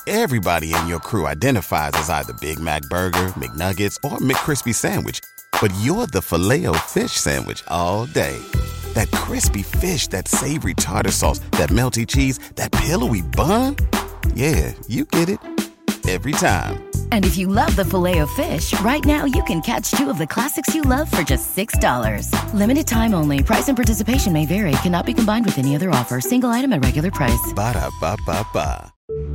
Everybody in your crew identifies as either Big Mac Burger, McNuggets, or McCrispy Sandwich. But you're the Filet-O-Fish Sandwich all day. That crispy fish, that savory tartar sauce, that melty cheese, that pillowy bun. Yeah, you get it. Every time. And if you love the Filet-O-Fish, right now you can catch two of the classics you love for just $6. Limited time only. Price and participation may vary. Cannot be combined with any other offer. Single item at regular price. Ba-da-ba-ba-ba.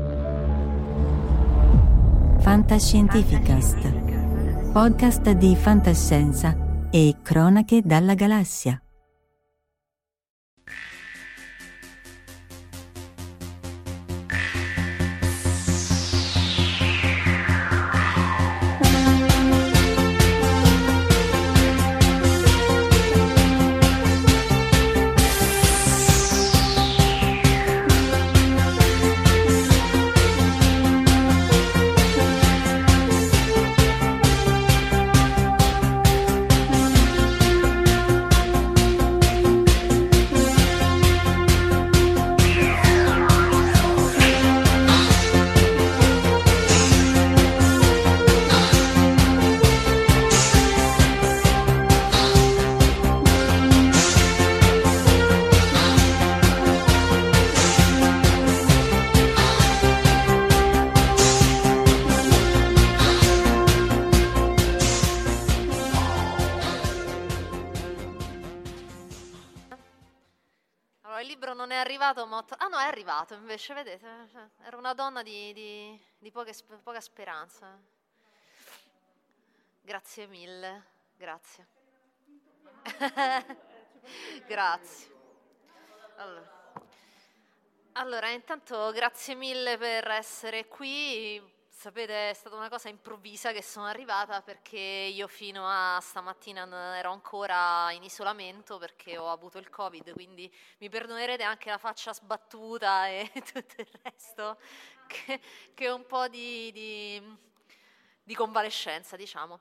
Fantascientificast. Podcast di fantascienza e cronache dalla galassia. No, è arrivato invece, vedete, era una donna di poca speranza. Grazie mille, grazie. Grazie. Allora, intanto grazie mille per essere qui. Sapete, è stata una cosa improvvisa che sono arrivata perché io fino a stamattina ero ancora in isolamento perché ho avuto il Covid, quindi mi perdonerete anche la faccia sbattuta e tutto il resto, che è un po' di convalescenza, diciamo.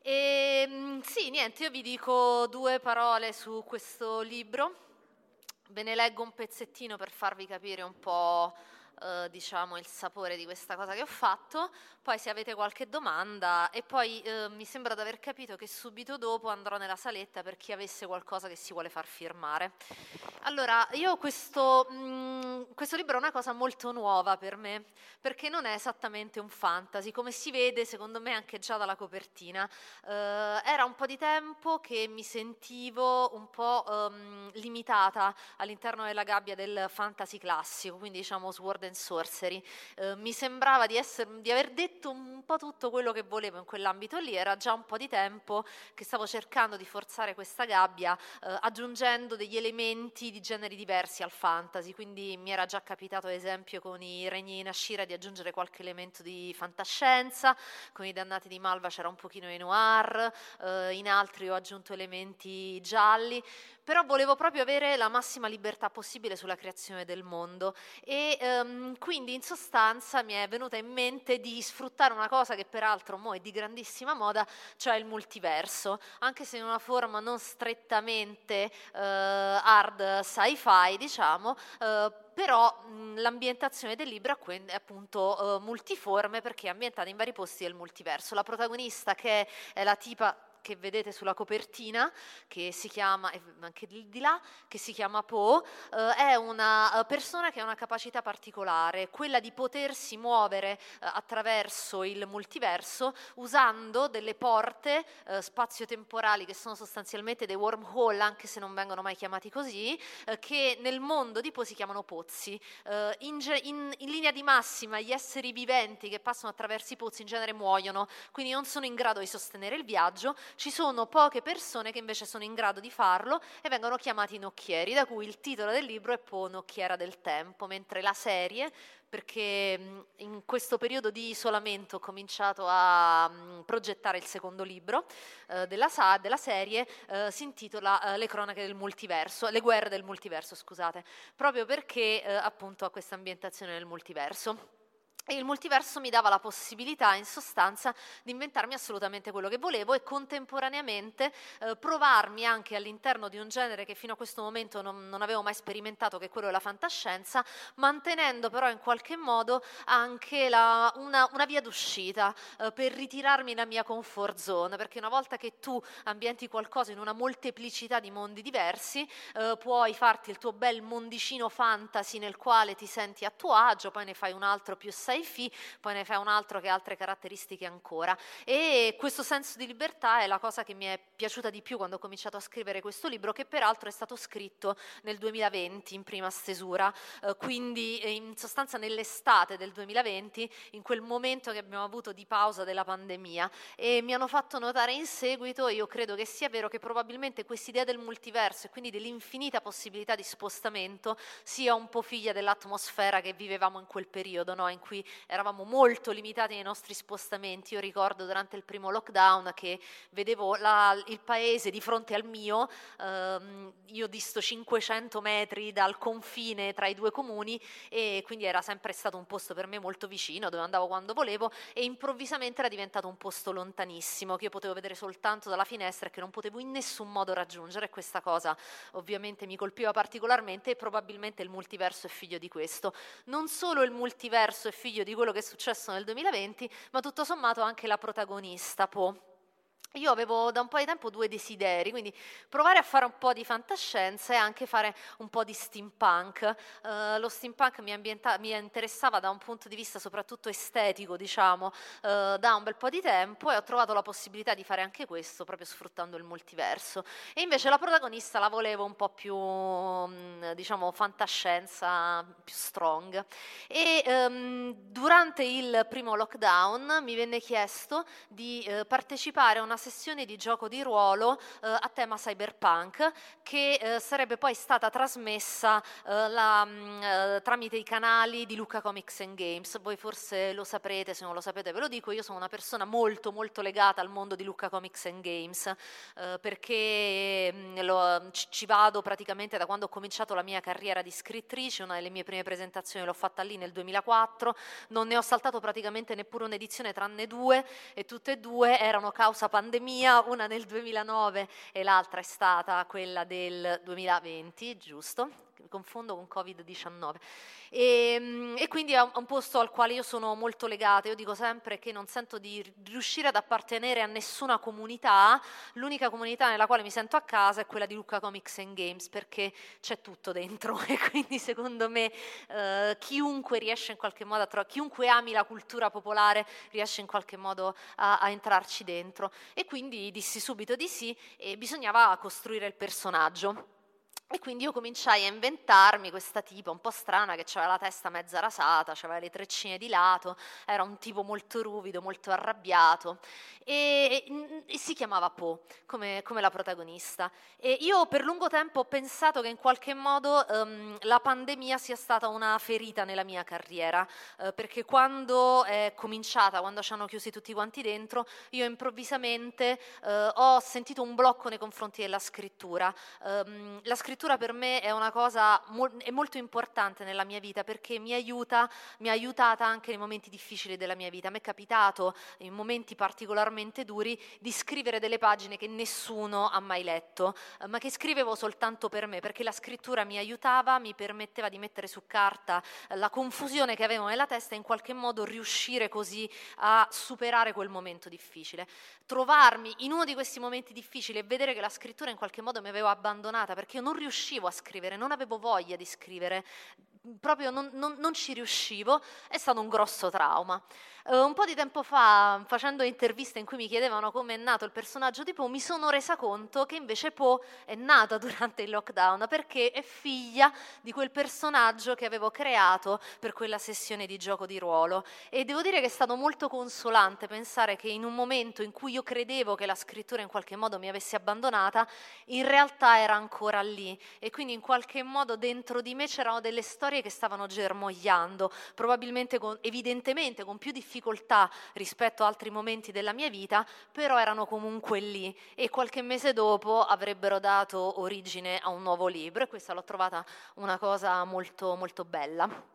E sì, niente, io vi dico due parole su questo libro, ve ne leggo un pezzettino per farvi capire un po' diciamo il sapore di questa cosa che ho fatto, poi se avete qualche domanda e poi mi sembra di aver capito che subito dopo andrò nella saletta per chi avesse qualcosa che si vuole far firmare. Allora, io questo libro è una cosa molto nuova per me, perché non è esattamente un fantasy, come si vede secondo me anche già dalla copertina. Era un po' di tempo che mi sentivo un po' limitata all'interno della gabbia del fantasy classico, quindi diciamo Sword and Sorcery. Mi sembrava di aver detto un po' tutto quello che volevo in quell'ambito lì, era già un po' di tempo che stavo cercando di forzare questa gabbia aggiungendo degli elementi di generi diversi al fantasy, quindi mi era già capitato ad esempio con i Regni di Nashira di aggiungere qualche elemento di fantascienza, con i Dannati di Malva c'era un pochino di noir, in altri ho aggiunto elementi gialli, però volevo proprio avere la massima libertà possibile sulla creazione del mondo e quindi in sostanza mi è venuta in mente di sfruttare una cosa che peraltro mo è di grandissima moda, cioè il multiverso, anche se in una forma non strettamente hard sci-fi, diciamo, però l'ambientazione del libro è appunto multiforme perché è ambientata in vari posti del multiverso. La protagonista, che è la tipa che vedete sulla copertina, che si chiama, anche di là, che si chiama Poe, è una persona che ha una capacità particolare, quella di potersi muovere attraverso il multiverso usando delle porte spazio-temporali che sono sostanzialmente dei wormhole, anche se non vengono mai chiamati così, che nel mondo di Poe si chiamano pozzi. In linea di massima gli esseri viventi che passano attraverso i pozzi in genere muoiono, quindi non sono in grado di sostenere il viaggio. Ci sono poche persone che invece sono in grado di farlo e vengono chiamati nocchieri, da cui il titolo del libro è Poe, nocchiera del tempo, mentre la serie, perché in questo periodo di isolamento ho cominciato a progettare il secondo libro della serie, si intitola Le cronache del multiverso, le guerre del multiverso, scusate, proprio perché appunto ha questa ambientazione nel multiverso. E il multiverso mi dava la possibilità, in sostanza, di inventarmi assolutamente quello che volevo e contemporaneamente provarmi anche all'interno di un genere che fino a questo momento non avevo mai sperimentato, che è quello della fantascienza, mantenendo però in qualche modo anche una via d'uscita per ritirarmi dalla mia comfort zone, perché una volta che tu ambienti qualcosa in una molteplicità di mondi diversi, puoi farti il tuo bel mondicino fantasy nel quale ti senti a tuo agio, poi ne fai un altro più sci-fi, poi ne fai un altro che ha altre caratteristiche ancora, e questo senso di libertà è la cosa che mi è piaciuta di più quando ho cominciato a scrivere questo libro, che peraltro è stato scritto nel 2020 in prima stesura, quindi in sostanza nell'estate del 2020, in quel momento che abbiamo avuto di pausa della pandemia, e mi hanno fatto notare in seguito, io credo che sia vero, che probabilmente quest'idea del multiverso e quindi dell'infinita possibilità di spostamento sia un po' figlia dell'atmosfera che vivevamo in quel periodo, no? In cui eravamo molto limitati nei nostri spostamenti. Io ricordo durante il primo lockdown che vedevo il paese di fronte al mio, io disto 500 metri dal confine tra i due comuni, e quindi era sempre stato un posto per me molto vicino, dove andavo quando volevo, e improvvisamente era diventato un posto lontanissimo che io potevo vedere soltanto dalla finestra e che non potevo in nessun modo raggiungere. E questa cosa ovviamente mi colpiva particolarmente, e probabilmente il multiverso è figlio di questo. Non solo il multiverso è figlio di quello che è successo nel 2020, ma tutto sommato anche la protagonista, Poe. Io avevo da un po' di tempo due desideri, quindi provare a fare un po' di fantascienza e anche fare un po' di steampunk. Lo steampunk mi interessava da un punto di vista soprattutto estetico, diciamo, da un bel po' di tempo, e ho trovato la possibilità di fare anche questo proprio sfruttando il multiverso. E invece la protagonista la volevo un po' più, diciamo, fantascienza, più strong. E durante il primo lockdown mi venne chiesto di partecipare a una sessione di gioco di ruolo a tema cyberpunk, che sarebbe poi stata trasmessa tramite i canali di Lucca Comics and Games. Voi forse lo saprete, se non lo sapete ve lo dico, io sono una persona molto molto legata al mondo di Lucca Comics and Games, perché ci vado praticamente da quando ho cominciato la mia carriera di scrittrice. Una delle mie prime presentazioni l'ho fatta lì nel 2004, non ne ho saltato praticamente neppure un'edizione tranne due, e tutte e due erano causa pandemia, una nel 2009 e l'altra è stata quella del 2020, giusto? Mi confondo con Covid-19. E quindi è un posto al quale io sono molto legata. Io dico sempre che non sento di riuscire ad appartenere a nessuna comunità. L'unica comunità nella quale mi sento a casa è quella di Lucca Comics and Games, perché c'è tutto dentro, e quindi secondo me chiunque riesce in qualche modo chiunque ami la cultura popolare riesce in qualche modo a entrarci dentro. E quindi dissi subito di sì, e bisognava costruire il personaggio. E quindi io cominciai a inventarmi questa tipa un po' strana, che aveva la testa mezza rasata, aveva le treccine di lato, era un tipo molto ruvido, molto arrabbiato, e si chiamava Poe, come la protagonista. E io per lungo tempo ho pensato che in qualche modo la pandemia sia stata una ferita nella mia carriera, perché quando è cominciata, quando ci hanno chiusi tutti quanti dentro, io improvvisamente ho sentito un blocco nei confronti della scrittura. La scrittura per me è una cosa è molto importante nella mia vita, perché mi ha aiutata anche nei momenti difficili della mia vita. A me è capitato, in momenti particolarmente duri, di scrivere delle pagine che nessuno ha mai letto, ma che scrivevo soltanto per me, perché la scrittura mi aiutava, mi permetteva di mettere su carta la confusione che avevo nella testa e in qualche modo riuscire così a superare quel momento difficile. Trovarmi in uno di questi momenti difficili e vedere che la scrittura in qualche modo mi aveva abbandonata, perché io non riuscivo a scrivere, non avevo voglia di scrivere, proprio non ci riuscivo, è stato un grosso trauma. Un po' di tempo fa, facendo interviste in cui mi chiedevano come è nato il personaggio di Poe, mi sono resa conto che invece Poe è nata durante il lockdown, perché è figlia di quel personaggio che avevo creato per quella sessione di gioco di ruolo. E devo dire che è stato molto consolante pensare che in un momento in cui io credevo che la scrittura in qualche modo mi avesse abbandonata, in realtà era ancora lì, e quindi in qualche modo dentro di me c'erano delle storie che stavano germogliando, probabilmente evidentemente con più difficoltà rispetto a altri momenti della mia vita, però erano comunque lì, e qualche mese dopo avrebbero dato origine a un nuovo libro, e questa l'ho trovata una cosa molto molto bella.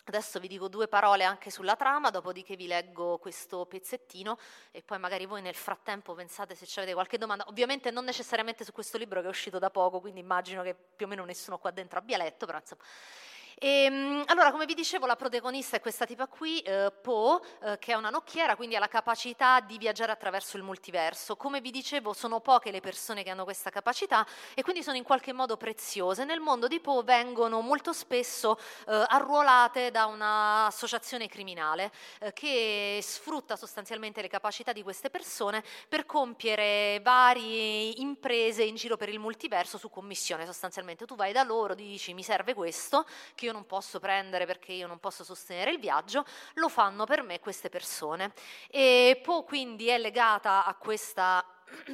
Adesso vi dico 2 parole anche sulla trama, dopodiché vi leggo questo pezzettino e poi magari voi nel frattempo pensate se avete qualche domanda. Ovviamente non necessariamente su questo libro che è uscito da poco, quindi immagino che più o meno nessuno qua dentro abbia letto, però insomma. Allora, come vi dicevo, la protagonista è questa tipa qui, Poe, che è una nocchiera, quindi ha la capacità di viaggiare attraverso il multiverso. Come vi dicevo, sono poche le persone che hanno questa capacità e quindi sono in qualche modo preziose. Nel mondo di Poe vengono molto spesso arruolate da un'associazione criminale che sfrutta sostanzialmente le capacità di queste persone per compiere varie imprese in giro per il multiverso su commissione. Sostanzialmente tu vai da loro, dici mi serve questo, che io non posso prendere perché io non posso sostenere il viaggio, lo fanno per me queste persone. E Poe quindi è legata a questa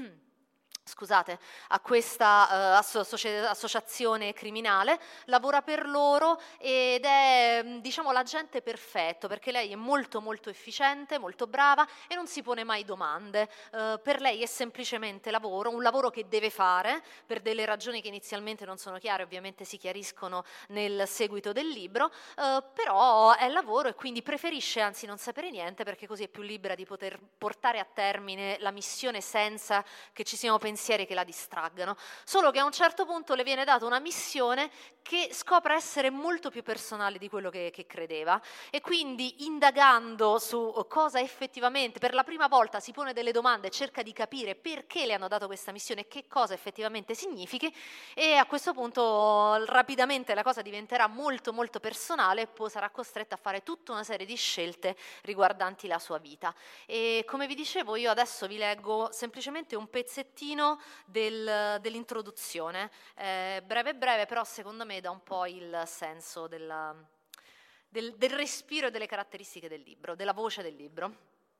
associazione criminale, lavora per loro ed è, diciamo, l'agente perfetto, perché lei è molto molto efficiente, molto brava e non si pone mai domande. Per lei è semplicemente lavoro, un lavoro che deve fare per delle ragioni che inizialmente non sono chiare, ovviamente si chiariscono nel seguito del libro, però è lavoro e quindi preferisce anzi non sapere niente, perché così è più libera di poter portare a termine la missione senza che ci siano pensieri che la distraggano. Solo che a un certo punto le viene data una missione che scopre essere molto più personale di quello che credeva, e quindi indagando su cosa effettivamente, per la prima volta si pone delle domande, cerca di capire perché le hanno dato questa missione e che cosa effettivamente significhi, e a questo punto rapidamente la cosa diventerà molto molto personale e poi sarà costretta a fare tutta una serie di scelte riguardanti la sua vita. E come vi dicevo, io adesso vi leggo semplicemente un pezzettino dell'introduzione, breve breve, però secondo me dà un po' il senso del respiro e delle caratteristiche del libro, della voce del libro.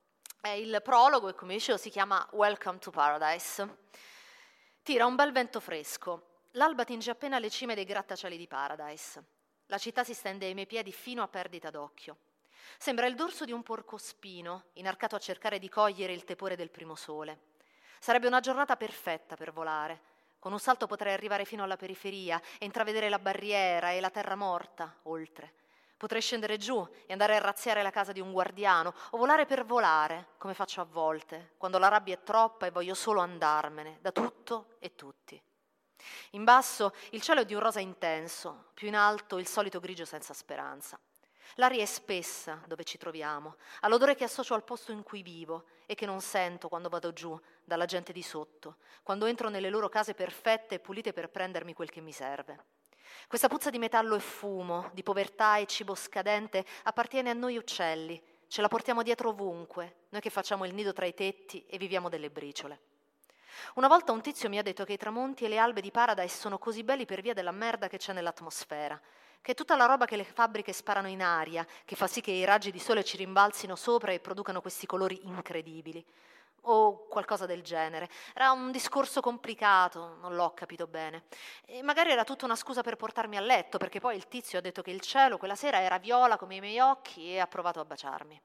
Il prologo, e come dicevo si chiama Welcome to Paradise. Tira un bel vento fresco, l'alba tinge appena le cime dei grattacieli di Paradise. La città si stende ai miei piedi fino a perdita d'occhio. Sembra il dorso di un porcospino, inarcato a cercare di cogliere il tepore del primo sole. Sarebbe una giornata perfetta per volare. Con un salto potrei arrivare fino alla periferia e intravedere la barriera e la terra morta, oltre. Potrei scendere giù e andare a razziare la casa di un guardiano, o volare per volare, come faccio a volte, quando la rabbia è troppa e voglio solo andarmene, da tutto e tutti. In basso il cielo è di un rosa intenso, più in alto il solito grigio senza speranza. L'aria è spessa dove ci troviamo, ha l'odore che associo al posto in cui vivo e che non sento quando vado giù dalla gente di sotto, quando entro nelle loro case perfette e pulite per prendermi quel che mi serve. Questa puzza di metallo e fumo, di povertà e cibo scadente appartiene a noi uccelli, ce la portiamo dietro ovunque, noi che facciamo il nido tra i tetti e viviamo delle briciole. Una volta un tizio mi ha detto che i tramonti e le albe di Paradise sono così belli per via della merda che c'è nell'atmosfera, che è tutta la roba che le fabbriche sparano in aria, che fa sì che i raggi di sole ci rimbalzino sopra e producano questi colori incredibili, o qualcosa del genere. Era un discorso complicato, non l'ho capito bene, e magari era tutta una scusa per portarmi a letto, perché poi il tizio ha detto che il cielo quella sera era viola come i miei occhi e ha provato a baciarmi.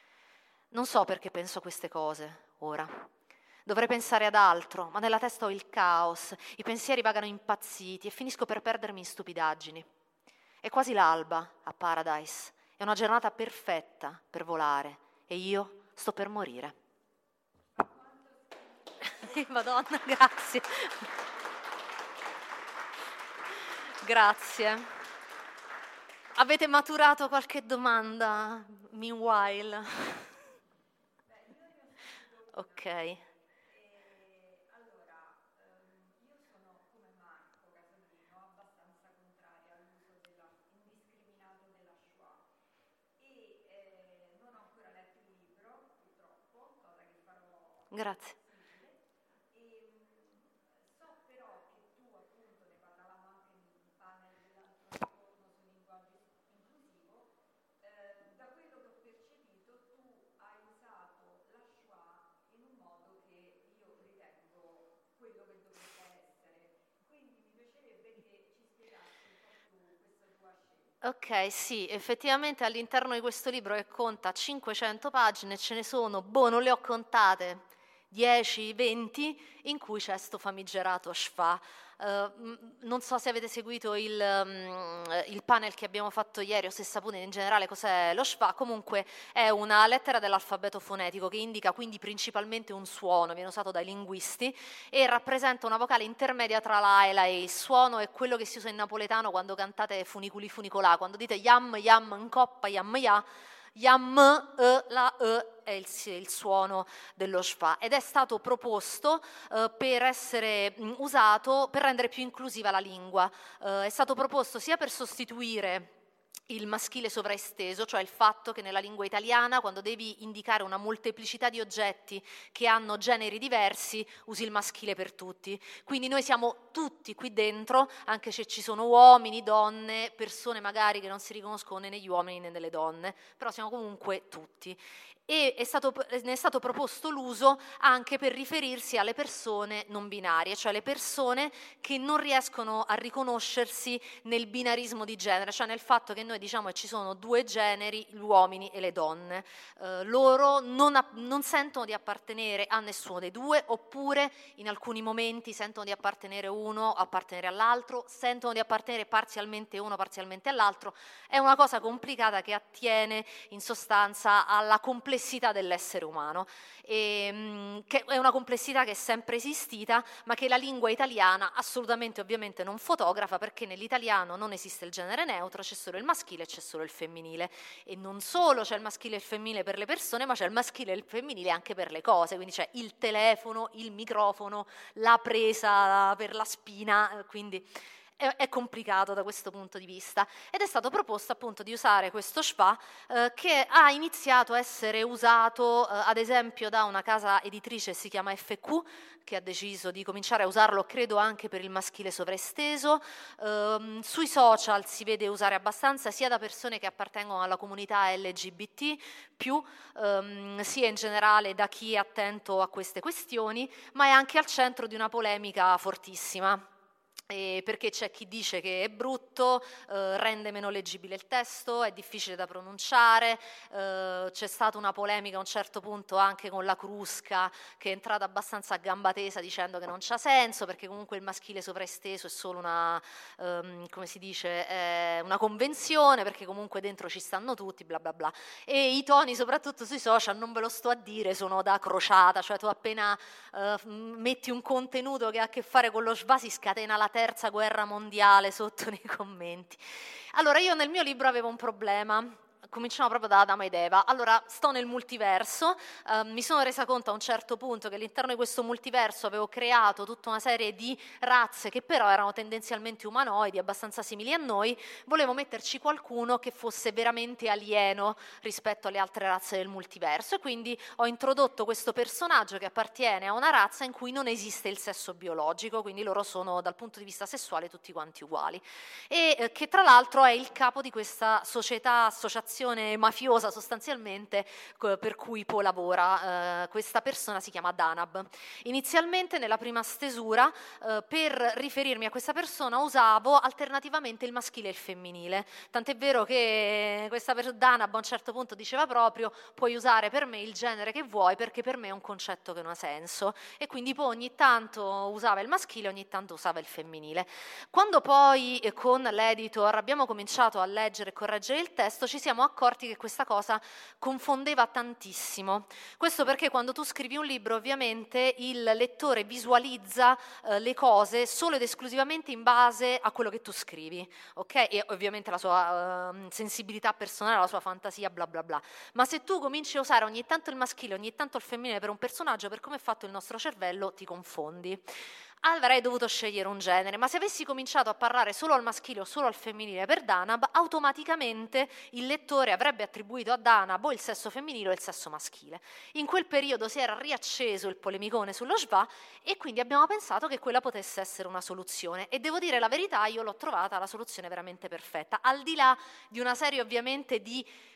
Non so perché penso queste cose ora. Dovrei pensare ad altro, ma nella testa ho il caos, i pensieri vagano impazziti e finisco per perdermi in stupidaggini. È quasi l'alba a Paradise, è una giornata perfetta per volare e io sto per morire. Madonna, grazie. Grazie. Avete maturato qualche domanda? Meanwhile. Ok. Grazie. So però che tu appunto ne parlavamo anche nel panel dell'altro giorno sul linguaggio inclusivo, da quello che ho percepito tu hai usato la Shoah in un modo che io ritengo quello che dovrebbe essere, quindi mi piacerebbe che ci spiegassi un po' più questa tua scelta. Ok, sì, effettivamente all'interno di questo libro, che conta 500 pagine, ce ne sono, non le ho contate, 10, 20, in cui c'è sto famigerato schwa. Non so se avete seguito il panel che abbiamo fatto ieri o se sapete in generale cos'è lo schwa. Comunque è una lettera dell'alfabeto fonetico che indica quindi principalmente un suono, viene usato dai linguisti e rappresenta una vocale intermedia tra la A e la E. Il suono è quello che si usa in napoletano quando cantate funiculi funicolà, quando dite yam yam nkoppa yam ya, yam la è il suono dello schwa ed è stato proposto per essere usato per rendere più inclusiva la lingua. È stato proposto sia per sostituire il maschile sovraesteso, cioè il fatto che nella lingua italiana quando devi indicare una molteplicità di oggetti che hanno generi diversi usi il maschile per tutti. Quindi noi siamo tutti qui dentro, anche se ci sono uomini, donne, persone magari che non si riconoscono né negli uomini né nelle donne, però siamo comunque tutti. E ne è stato proposto l'uso anche per riferirsi alle persone non binarie, cioè le persone che non riescono a riconoscersi nel binarismo di genere, cioè nel fatto che noi diciamo che ci sono due generi, gli uomini e le donne. Loro non sentono di appartenere a nessuno dei due, oppure in alcuni momenti sentono di appartenere uno, appartenere all'altro, sentono di appartenere parzialmente uno, parzialmente all'altro. È una cosa complicata che attiene in sostanza alla complessità dell'essere umano, che è una complessità che è sempre esistita, ma che la lingua italiana assolutamente ovviamente non fotografa, perché nell'italiano non esiste il genere neutro, c'è solo il maschile e c'è solo il femminile. E non solo c'è il maschile e il femminile per le persone, ma c'è il maschile e il femminile anche per le cose, quindi c'è il telefono, il microfono, la presa per la spina, quindi è complicato da questo punto di vista, ed è stato proposto appunto di usare questo schwa che ha iniziato a essere usato ad esempio da una casa editrice che si chiama FQ, che ha deciso di cominciare a usarlo credo anche per il maschile sovraesteso. Sui social si vede usare abbastanza sia da persone che appartengono alla comunità LGBT+, sia in generale da chi è attento a queste questioni, ma è anche al centro di una polemica fortissima. Perché c'è chi dice che è brutto, rende meno leggibile il testo, è difficile da pronunciare, c'è stata una polemica a un certo punto anche con la Crusca che è entrata abbastanza a gamba tesa dicendo che non c'ha senso perché comunque il maschile sovraesteso è solo una, come si dice, una convenzione, perché comunque dentro ci stanno tutti, bla bla bla. E i toni soprattutto sui social, non ve lo sto a dire, sono da crociata, cioè tu appena metti un contenuto che ha a che fare con lo schwa si scatena la terza guerra mondiale sotto nei commenti. Allora io nel mio libro avevo un problema. Cominciamo proprio da Adamo ed Eva. Allora, sto nel multiverso, mi sono resa conto a un certo punto che all'interno di questo multiverso avevo creato tutta una serie di razze che però erano tendenzialmente umanoidi, abbastanza simili a noi, volevo metterci qualcuno che fosse veramente alieno rispetto alle altre razze del multiverso e quindi ho introdotto questo personaggio che appartiene a una razza in cui non esiste il sesso biologico, quindi loro sono dal punto di vista sessuale tutti quanti uguali e che tra l'altro è il capo di questa associazione mafiosa sostanzialmente per cui Poe lavora. Questa persona si chiama Danab. Inizialmente nella prima stesura per riferirmi a questa persona usavo alternativamente il maschile e il femminile, tant'è vero che questa Danab a un certo punto diceva proprio puoi usare per me il genere che vuoi perché per me è un concetto che non ha senso, e quindi Poe ogni tanto usava il maschile, ogni tanto usava il femminile. Quando poi con l'editor abbiamo cominciato a leggere e correggere il testo ci siamo accorti che questa cosa confondeva tantissimo. Questo perché quando tu scrivi un libro ovviamente il lettore visualizza le cose solo ed esclusivamente in base a quello che tu scrivi, ok? E ovviamente la sua sensibilità personale, la sua fantasia, bla bla bla. Ma se tu cominci a usare ogni tanto il maschile, ogni tanto il femminile per un personaggio, per come è fatto il nostro cervello, ti confondi. Avrei dovuto scegliere un genere, ma se avessi cominciato a parlare solo al maschile o solo al femminile per Danab, automaticamente il lettore avrebbe attribuito a Danab o il sesso femminile o il sesso maschile. In quel periodo si era riacceso il polemicone sullo schwa e quindi abbiamo pensato che quella potesse essere una soluzione, e devo dire la verità, io l'ho trovata la soluzione veramente perfetta, al di là di una serie ovviamente di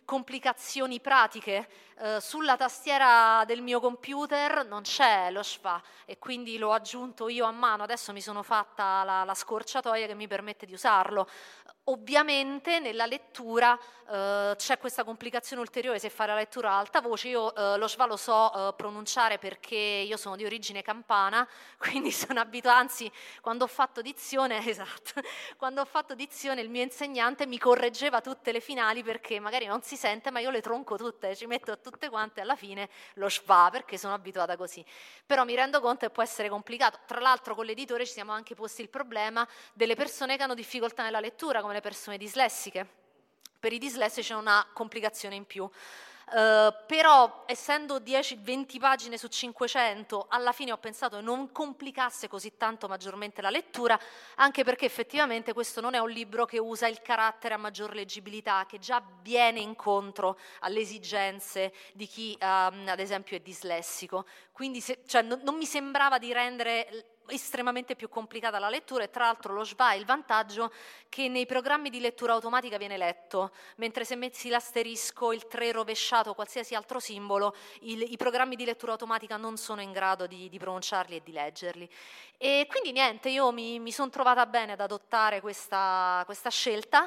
complicazioni pratiche. Sulla tastiera del mio computer non c'è lo schwa e quindi l'ho aggiunto io a mano, adesso mi sono fatta la scorciatoia che mi permette di usarlo. Ovviamente nella lettura c'è questa complicazione ulteriore se fare la lettura a alta voce. Io lo schwa lo so pronunciare perché io sono di origine campana, quindi sono abituata, anzi quando ho fatto dizione, esatto, quando ho fatto dizione il mio insegnante mi correggeva tutte le finali perché magari non si sente ma io le tronco tutte, ci metto tutte quante alla fine lo schwa perché sono abituata così. Però mi rendo conto che può essere complicato. Tra l'altro con l'editore ci siamo anche posti il problema delle persone che hanno difficoltà nella lettura, come le persone dislessiche. Per i dislessici c'è una complicazione in più. Però essendo 10-20 pagine su 500, alla fine ho pensato che non complicasse così tanto maggiormente la lettura, anche perché effettivamente questo non è un libro che usa il carattere a maggior leggibilità, che già viene incontro alle esigenze di chi ad esempio è dislessico. Quindi non mi sembrava di rendere estremamente più complicata la lettura, e tra l'altro lo schwa ha il vantaggio che nei programmi di lettura automatica viene letto, mentre se metti l'asterisco, il 3 rovesciato o qualsiasi altro simbolo, i programmi di lettura automatica non sono in grado di pronunciarli e di leggerli. E quindi niente, io mi sono trovata bene ad adottare questa scelta,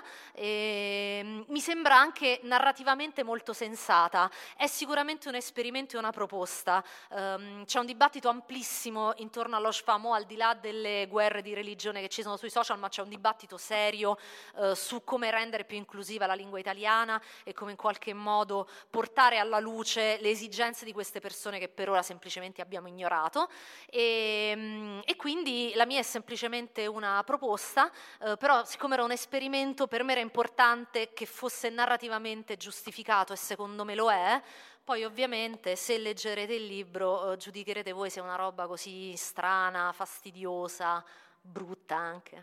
e mi sembra anche narrativamente molto sensata. È sicuramente un esperimento e una proposta. C'è un dibattito amplissimo intorno allo schwa, al di là delle guerre di religione che ci sono sui social, ma c'è un dibattito serio su come rendere più inclusiva la lingua italiana e come in qualche modo portare alla luce le esigenze di queste persone che per ora semplicemente abbiamo ignorato. E quindi la mia è semplicemente una proposta, però siccome era un esperimento per me era importante che fosse narrativamente giustificato, e secondo me lo è. Poi ovviamente se leggerete il libro giudicherete voi se è una roba così strana, fastidiosa, brutta anche.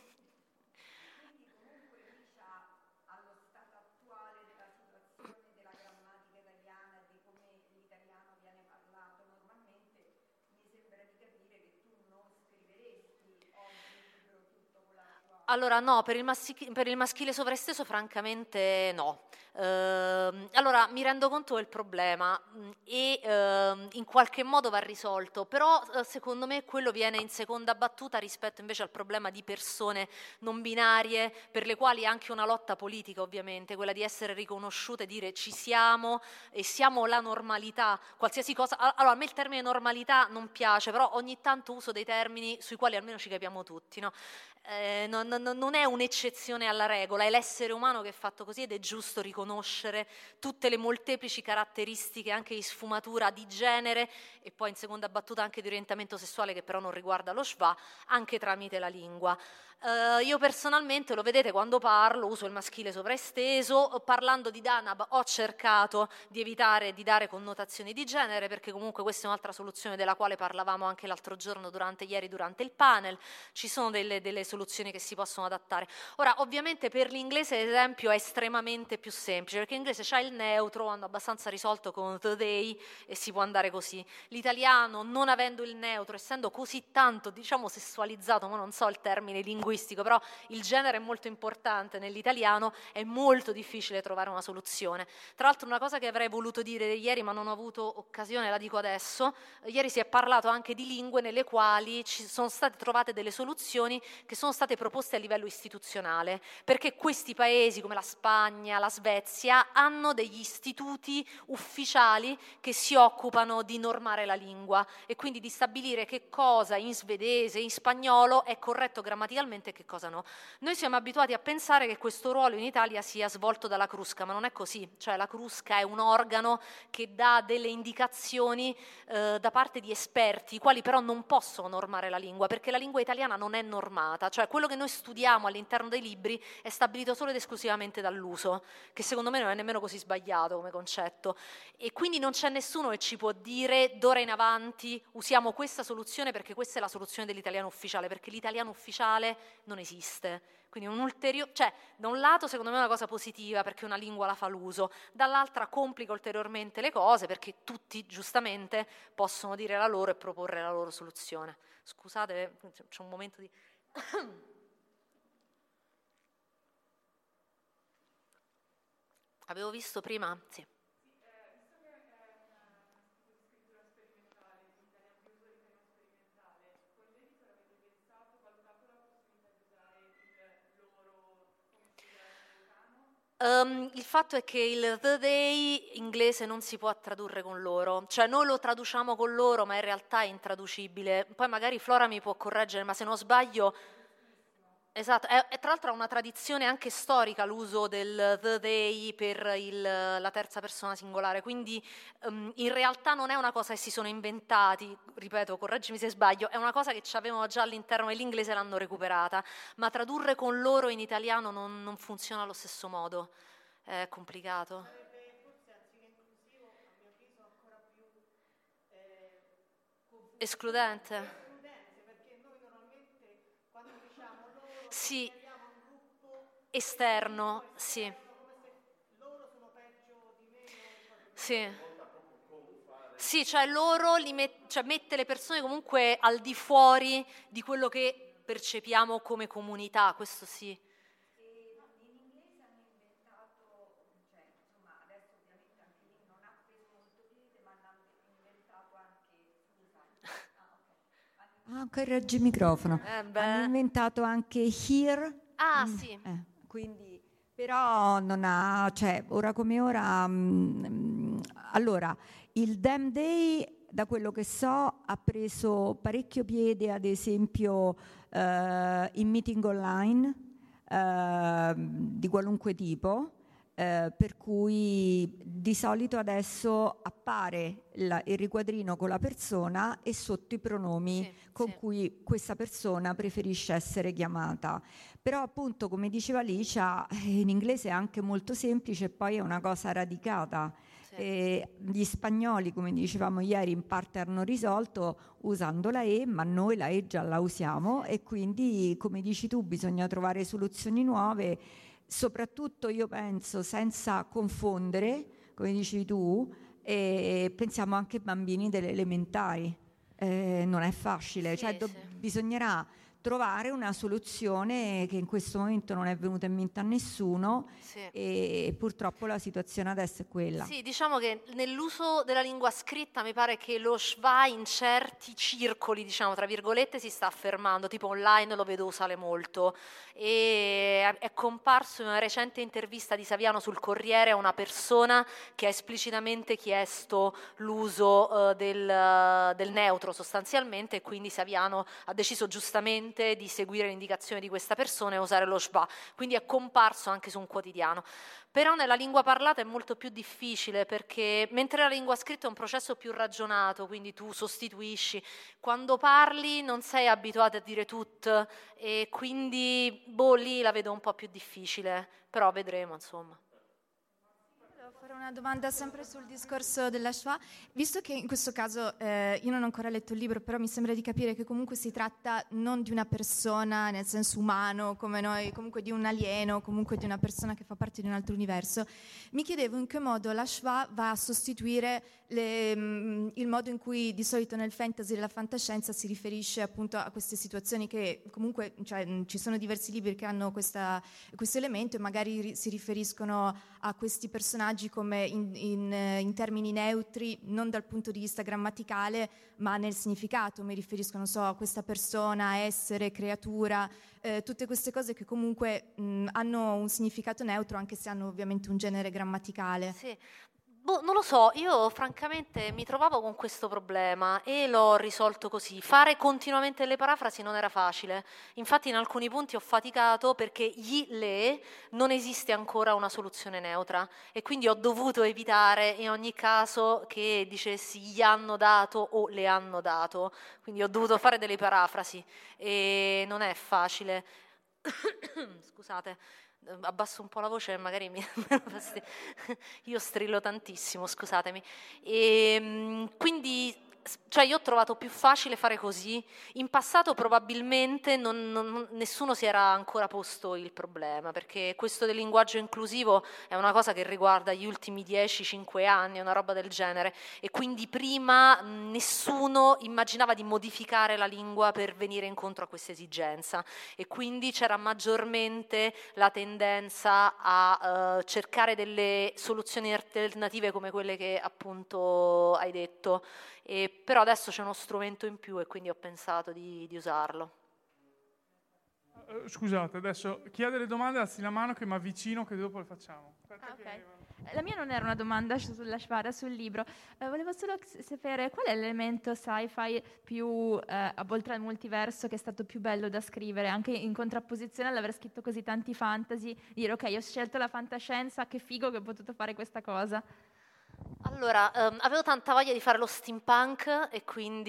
Allo stato attuale della situazione della grammatica italiana e di come l'italiano viene parlato normalmente, mi sembra di capire che tu non scriveresti oggi un libro tutto con la tua... Allora no, per il maschile sovraesteso francamente no. Allora mi rendo conto del problema e in qualche modo va risolto, però secondo me quello viene in seconda battuta rispetto invece al problema di persone non binarie, per le quali è anche una lotta politica ovviamente, quella di essere riconosciute, dire ci siamo e siamo la normalità, qualsiasi cosa. Allora a me il termine normalità non piace, però ogni tanto uso dei termini sui quali almeno ci capiamo tutti, no? Non è un'eccezione alla regola, è l'essere umano che è fatto così ed è giusto riconoscere tutte le molteplici caratteristiche anche di sfumatura di genere e poi in seconda battuta anche di orientamento sessuale, che però non riguarda lo schwa, anche tramite la lingua. Io personalmente, lo vedete quando parlo, uso il maschile sovraesteso. Parlando di Danab ho cercato di evitare di dare connotazioni di genere, perché comunque questa è un'altra soluzione della quale parlavamo anche l'altro giorno ieri durante il panel. Ci sono delle soluzioni che si possono adattare. Ora ovviamente per l'inglese ad esempio è estremamente più semplice, perché l'inglese c'ha il neutro, hanno abbastanza risolto con the they e si può andare così. L'italiano, non avendo il neutro, essendo così tanto diciamo sessualizzato, ma non so il termine linguistico, però il genere è molto importante nell'italiano, è molto difficile trovare una soluzione. Tra l'altro una cosa che avrei voluto dire ieri ma non ho avuto occasione, la dico adesso. Ieri si è parlato anche di lingue nelle quali ci sono state trovate delle soluzioni che sono state proposte a livello istituzionale, perché questi paesi come la Spagna, la Svezia hanno degli istituti ufficiali che si occupano di normare la lingua e quindi di stabilire che cosa in svedese, in spagnolo è corretto grammaticalmente e che cosa no. Noi siamo abituati a pensare che questo ruolo in Italia sia svolto dalla Crusca, ma non è così. Cioè la Crusca è un organo che dà delle indicazioni da parte di esperti, i quali però non possono normare la lingua, perché la lingua italiana non è normata. Cioè quello che noi studiamo all'interno dei libri è stabilito solo ed esclusivamente dall'uso, che secondo me non è nemmeno così sbagliato come concetto. E quindi non c'è nessuno che ci può dire d'ora in avanti usiamo questa soluzione perché questa è la soluzione dell'italiano ufficiale, perché l'italiano ufficiale non esiste. Quindi un ulteriore, cioè da un lato secondo me è una cosa positiva perché una lingua la fa l'uso, dall'altra complica ulteriormente le cose perché tutti giustamente possono dire la loro e proporre la loro soluzione. Scusate, c'è un momento di... Avevo visto prima, sì. Il fatto è che il the they inglese non si può tradurre con loro, cioè noi lo traduciamo con loro, ma in realtà è intraducibile. Poi magari Flora mi può correggere, ma se non sbaglio, esatto, è tra l'altro una tradizione anche storica l'uso del the they per la terza persona singolare, quindi in realtà non è una cosa che si sono inventati, ripeto, correggimi se sbaglio, è una cosa che avevano già all'interno dell'inglese e l'hanno recuperata, ma tradurre con loro in italiano non funziona allo stesso modo, è complicato. Sarebbe forse anziché inclusivo, a mio avviso, ancora più Escludente? escludente, perché noi normalmente quando diciamo loro Sì, consideriamo un gruppo esterno, sì, come se loro sono peggio di me. sì. Sì, cioè loro cioè mette le persone comunque al di fuori di quello che percepiamo come comunità, questo sì. In inglese hanno inventato, cioè insomma adesso ovviamente anche lì non ha preso molto piede, ma hanno inventato anche, scusa, Correggi il microfono. Beh. Hanno inventato anche here. Ah, sì. Quindi, però non ha, cioè, ora come ora, allora, il Damn Day, da quello che so, ha preso parecchio piede, ad esempio, in meeting online, di qualunque tipo, per cui di solito adesso appare il riquadrino con la persona e sotto i pronomi Sì, con sì. cui questa persona preferisce essere chiamata. Però appunto, come diceva Licia, in inglese è anche molto semplice e poi è una cosa radicata. Sì. Gli spagnoli, come dicevamo ieri, in parte hanno risolto usando la E, ma noi la E già la usiamo e quindi, come dici tu, bisogna trovare soluzioni nuove, soprattutto io penso senza confondere, come dici tu, e pensiamo anche ai bambini delle elementari. Non è facile, Sì, cioè sì. bisognerà trovare una soluzione che in questo momento non è venuta in mente a nessuno Sì. e purtroppo la situazione adesso è quella. Sì, diciamo che nell'uso della lingua scritta mi pare che lo schwa in certi circoli, diciamo tra virgolette, si sta affermando, tipo online lo vedo usare molto e è comparso in una recente intervista di Saviano sul Corriere a una persona che ha esplicitamente chiesto l'uso del neutro sostanzialmente e quindi Saviano ha deciso giustamente di seguire l'indicazione di questa persona e usare lo schwa, quindi è comparso anche su un quotidiano. Però nella lingua parlata è molto più difficile perché mentre la lingua scritta è un processo più ragionato, quindi tu sostituisci, quando parli non sei abituato a dire tut e quindi lì la vedo un po' più difficile, però vedremo insomma. Volevo fare una domanda sempre sul discorso della Shoah, visto che in questo caso io non ho ancora letto il libro, però mi sembra di capire che comunque si tratta non di una persona nel senso umano come noi, comunque di un alieno, comunque di una persona che fa parte di un altro universo. Mi chiedevo in che modo la Shoah va a sostituire il modo in cui di solito nel fantasy e nella fantascienza si riferisce appunto a queste situazioni che comunque, cioè, ci sono diversi libri che hanno questo elemento e magari si riferiscono a questi personaggi come in termini neutri, non dal punto di vista grammaticale, ma nel significato. Mi riferisco, non so, a questa persona, essere, creatura, tutte queste cose che comunque hanno un significato neutro, anche se hanno ovviamente un genere grammaticale. Sì. Non lo so, io francamente mi trovavo con questo problema e l'ho risolto così. Fare continuamente le parafrasi non era facile. Infatti in alcuni punti ho faticato perché le non esiste ancora una soluzione neutra e quindi ho dovuto evitare in ogni caso che dicessi gli hanno dato o le hanno dato. Quindi ho dovuto fare delle parafrasi e non è facile. Scusate. Abbasso un po' la voce, magari io strillo tantissimo, scusatemi. Quindi cioè io ho trovato più facile fare così. In passato probabilmente nessuno si era ancora posto il problema, perché questo del linguaggio inclusivo è una cosa che riguarda gli ultimi 10-5 anni, una roba del genere, e quindi prima nessuno immaginava di modificare la lingua per venire incontro a questa esigenza, e quindi c'era maggiormente la tendenza a cercare delle soluzioni alternative come quelle che appunto hai detto. Però adesso c'è uno strumento in più e quindi ho pensato di usarlo. Scusate, adesso chi ha delle domande alzi la mano che mi avvicino, che dopo le facciamo. Okay. La mia non era una domanda sulla Shvara, sul libro. Volevo solo sapere qual è l'elemento sci-fi più, oltre al multiverso, che è stato più bello da scrivere, anche in contrapposizione all'aver scritto così tanti fantasy, dire ok, ho scelto la fantascienza, che figo che ho potuto fare questa cosa. Allora, avevo tanta voglia di fare lo steampunk e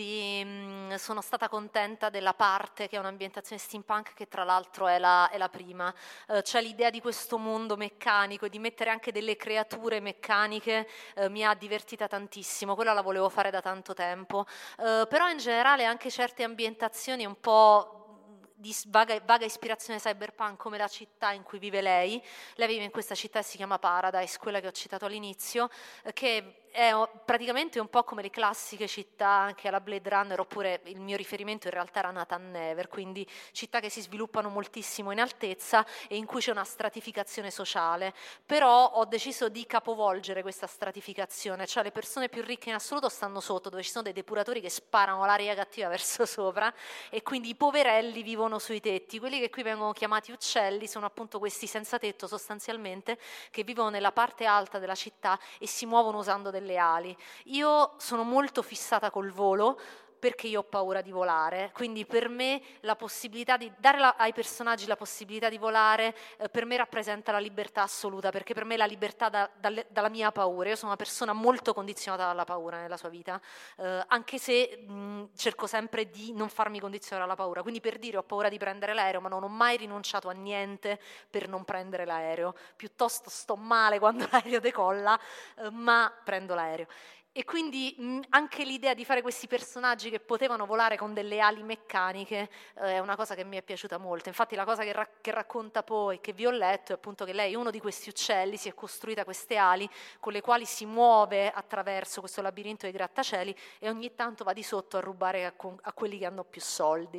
quindi sono stata contenta della parte che è un'ambientazione steampunk, che tra l'altro è la prima. C'è l'idea di questo mondo meccanico e di mettere anche delle creature meccaniche, mi ha divertita tantissimo, quella la volevo fare da tanto tempo. Però in generale anche certe ambientazioni un po' di vaga ispirazione cyberpunk, come la città in cui vive lei. Lei vive in questa città e si chiama Paradise, quella che ho citato all'inizio, che è praticamente un po' come le classiche città anche alla Blade Runner, oppure il mio riferimento in realtà era Nathan Never, quindi città che si sviluppano moltissimo in altezza e in cui c'è una stratificazione sociale. Però ho deciso di capovolgere questa stratificazione, cioè le persone più ricche in assoluto stanno sotto, dove ci sono dei depuratori che sparano l'aria cattiva verso sopra, e quindi i poverelli vivono sui tetti. Quelli che qui vengono chiamati uccelli sono appunto questi senza tetto, sostanzialmente, che vivono nella parte alta della città e si muovono usando delle ali. Io sono molto fissata col volo, perché io ho paura di volare, quindi per me la possibilità di dare ai personaggi la possibilità di volare, per me rappresenta la libertà assoluta, perché per me la libertà dalla mia paura. Io sono una persona molto condizionata dalla paura nella sua vita, anche se cerco sempre di non farmi condizionare dalla paura. Quindi, per dire, ho paura di prendere l'aereo, ma non ho mai rinunciato a niente per non prendere l'aereo. Piuttosto sto male quando l'aereo decolla, ma prendo l'aereo. E quindi anche l'idea di fare questi personaggi che potevano volare con delle ali meccaniche è una cosa che mi è piaciuta molto. Infatti la cosa che racconta poi, che vi ho letto, è appunto che lei, uno di questi uccelli, si è costruita queste ali con le quali si muove attraverso questo labirinto dei grattacieli e ogni tanto va di sotto a rubare a quelli che hanno più soldi.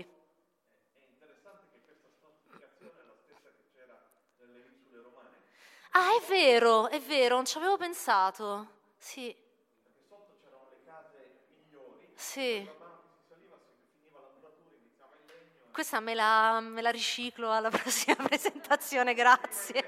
È interessante che questa stratificazione è la stessa che c'era nelle isole romane. Ah, è vero, non ci avevo pensato. Sì. Sì. Questa me la riciclo alla prossima presentazione, grazie.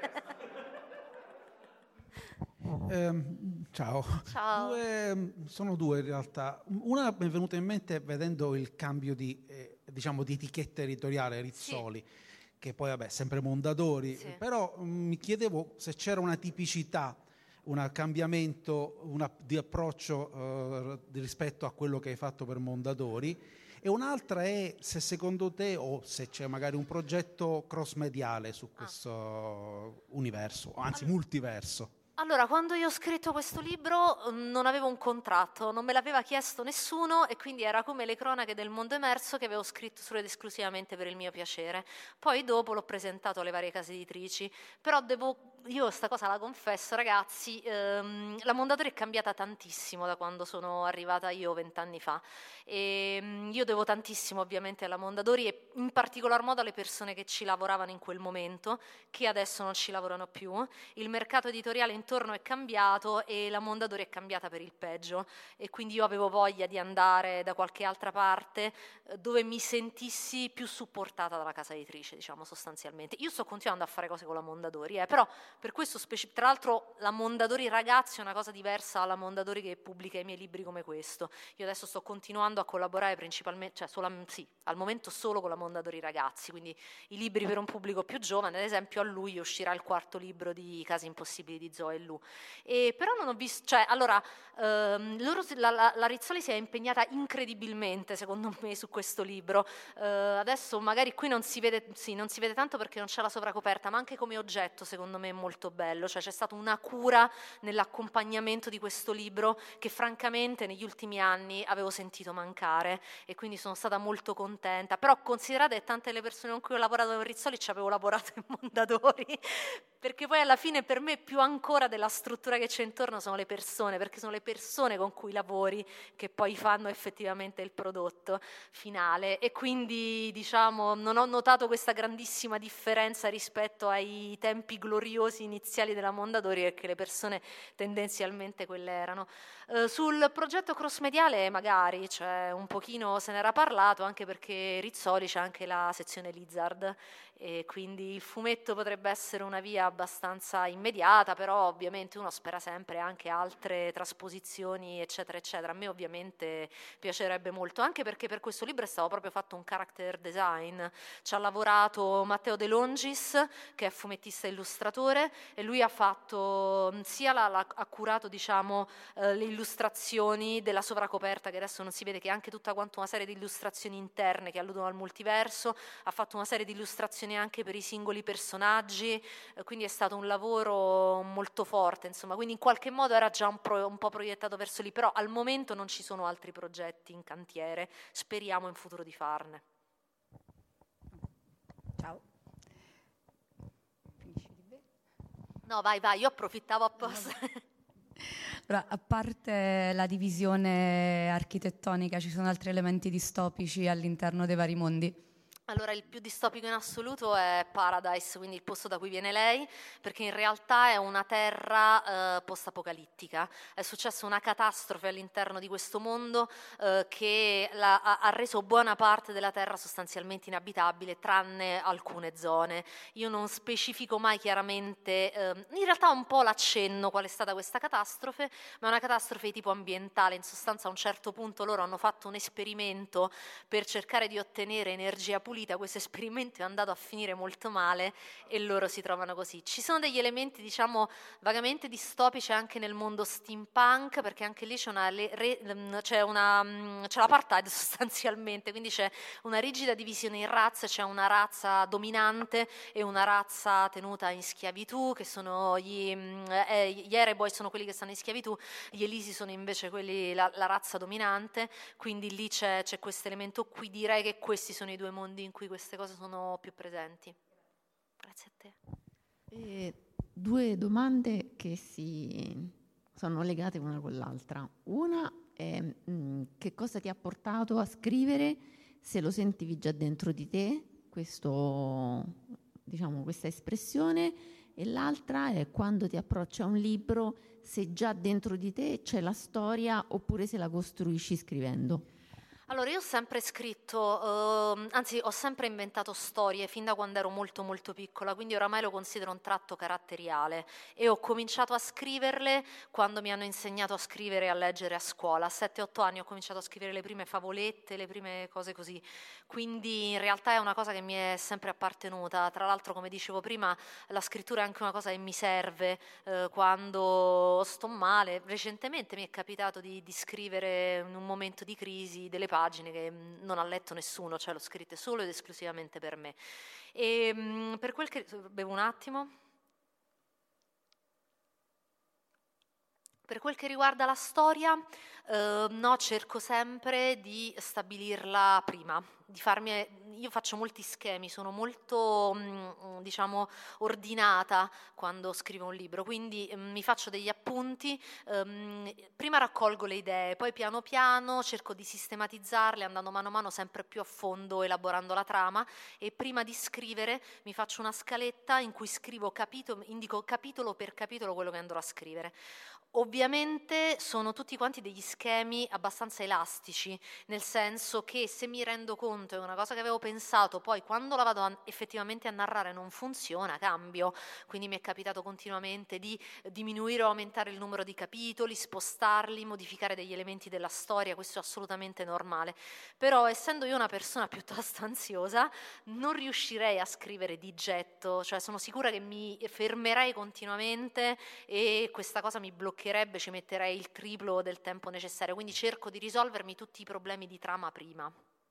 Ciao. Ciao. Sono due in realtà. Una mi è venuta in mente vedendo il cambio di etichetta editoriale Rizzoli, sì, che poi vabbè sempre Mondadori, sì, però mi chiedevo se c'era una tipicità, un cambiamento di approccio rispetto a quello che hai fatto per Mondadori, e un'altra è se secondo te, o se c'è magari un progetto cross-mediale su questo universo, anzi multiverso. Allora, quando io ho scritto questo libro non avevo un contratto, non me l'aveva chiesto nessuno, e quindi era come le cronache del mondo emerso che avevo scritto solo ed esclusivamente per il mio piacere. Poi dopo l'ho presentato alle varie case editrici, però io sta cosa la confesso, ragazzi, la Mondadori è cambiata tantissimo da quando sono arrivata io 20 anni fa, e io devo tantissimo ovviamente alla Mondadori, e in particolar modo alle persone che ci lavoravano in quel momento, che adesso non ci lavorano più. Il mercato editoriale intorno è cambiato e la Mondadori è cambiata per il peggio, e quindi io avevo voglia di andare da qualche altra parte dove mi sentissi più supportata dalla casa editrice, diciamo, sostanzialmente. Io sto continuando a fare cose con la Mondadori, però per questo tra l'altro la Mondadori Ragazzi è una cosa diversa dalla Mondadori che pubblica i miei libri come questo. Io adesso sto continuando a collaborare principalmente, al momento solo con la Mondadori Ragazzi, quindi i libri per un pubblico più giovane. Ad esempio a luglio uscirà il 4º libro di Casi Impossibili di Zoe e Lu. E però non ho visto, cioè allora la Rizzoli si è impegnata incredibilmente secondo me su questo libro. Adesso magari qui non si vede tanto perché non c'è la sovracoperta, ma anche come oggetto secondo me è molto bello, cioè c'è stata una cura nell'accompagnamento di questo libro che francamente negli ultimi anni avevo sentito mancare, e quindi sono stata molto contenta. Però considerate che tante le persone con cui ho lavorato con Rizzoli ci avevo lavorato in Mondadori, perché poi alla fine per me più ancora della struttura che c'è intorno sono le persone, perché sono le persone con cui lavori che poi fanno effettivamente il prodotto finale, e quindi diciamo non ho notato questa grandissima differenza rispetto ai tempi gloriosi iniziali della Mondadori, perché le persone tendenzialmente quelle erano. Sul progetto cross-mediale magari, cioè, un pochino se n'era parlato, anche perché Rizzoli c'è anche la sezione Lizard, e quindi il fumetto potrebbe essere una via abbastanza immediata, però ovviamente uno spera sempre anche altre trasposizioni eccetera eccetera. A me ovviamente piacerebbe molto, anche perché per questo libro è stato proprio fatto un character design. Ci ha lavorato Matteo De Longis, che è fumettista e illustratore, e lui ha fatto sia ha curato diciamo le illustrazioni della sovracoperta, che adesso non si vede, che è anche tutta quanto una serie di illustrazioni interne che alludono al multiverso, ha fatto una serie di illustrazioni anche per i singoli personaggi, quindi è stato un lavoro molto forte, insomma, quindi in qualche modo era già un po' proiettato verso lì, però al momento non ci sono altri progetti in cantiere, speriamo in futuro di farne. Ciao. No, vai, io approfittavo apposta. Allora, a parte la divisione architettonica, ci sono altri elementi distopici all'interno dei vari mondi? Allora, il più distopico in assoluto è Paradise, quindi il posto da cui viene lei, perché in realtà è una terra post-apocalittica. È successa una catastrofe all'interno di questo mondo che ha reso buona parte della terra sostanzialmente inabitabile, tranne alcune zone. Io non specifico mai chiaramente, in realtà un po' l'accenno qual è stata questa catastrofe, ma è una catastrofe di tipo ambientale. In sostanza a un certo punto loro hanno fatto un esperimento per cercare di ottenere energia pulita. Questo esperimento è andato a finire molto male e loro si trovano così. Ci sono degli elementi diciamo vagamente distopici anche nel mondo steampunk, perché anche lì c'è l'apartheid sostanzialmente, quindi c'è una rigida divisione in razze, c'è una razza dominante e una razza tenuta in schiavitù, che sono gli Ereboy, sono quelli che stanno in schiavitù, gli Elisi sono invece quelli la razza dominante, quindi lì c'è questo elemento qui. Direi che questi sono i due mondi in cui queste cose sono più presenti. Grazie a te. Due domande che sono legate una con l'altra. Una è che cosa ti ha portato a scrivere, se lo sentivi già dentro di te, questa espressione, e l'altra è quando ti approcci a un libro, se già dentro di te c'è la storia oppure se la costruisci scrivendo. Allora, io ho sempre scritto, anzi ho sempre inventato storie fin da quando ero molto molto piccola, quindi oramai lo considero un tratto caratteriale, e ho cominciato a scriverle quando mi hanno insegnato a scrivere e a leggere a scuola. A 7-8 anni ho cominciato a scrivere le prime favolette, le prime cose così, quindi in realtà è una cosa che mi è sempre appartenuta. Tra l'altro, come dicevo prima, la scrittura è anche una cosa che mi serve quando sto male. Recentemente mi è capitato di scrivere in un momento di crisi delle pagine che non ha letto nessuno, cioè l'ho scritte solo ed esclusivamente per me. E per quel che bevo un attimo. Per quel che riguarda la storia, no, cerco sempre di stabilirla prima, io faccio molti schemi, sono molto diciamo ordinata quando scrivo un libro, quindi mi faccio degli appunti, prima raccolgo le idee, poi piano piano cerco di sistematizzarle, andando mano a mano sempre più a fondo, elaborando la trama, e prima di scrivere mi faccio una scaletta in cui indico capitolo per capitolo quello che andrò a scrivere. Ovviamente sono tutti quanti degli schemi abbastanza elastici, nel senso che se mi rendo conto conto e una cosa che avevo pensato, poi quando la vado effettivamente a narrare non funziona, cambio. Quindi mi è capitato continuamente di diminuire o aumentare il numero di capitoli, spostarli, modificare degli elementi della storia, questo è assolutamente normale. Però essendo io una persona piuttosto ansiosa, non riuscirei a scrivere di getto, cioè sono sicura che mi fermerei continuamente e questa cosa mi bloccherebbe, ci metterei il triplo del tempo necessario, quindi cerco di risolvermi tutti i problemi di trama prima.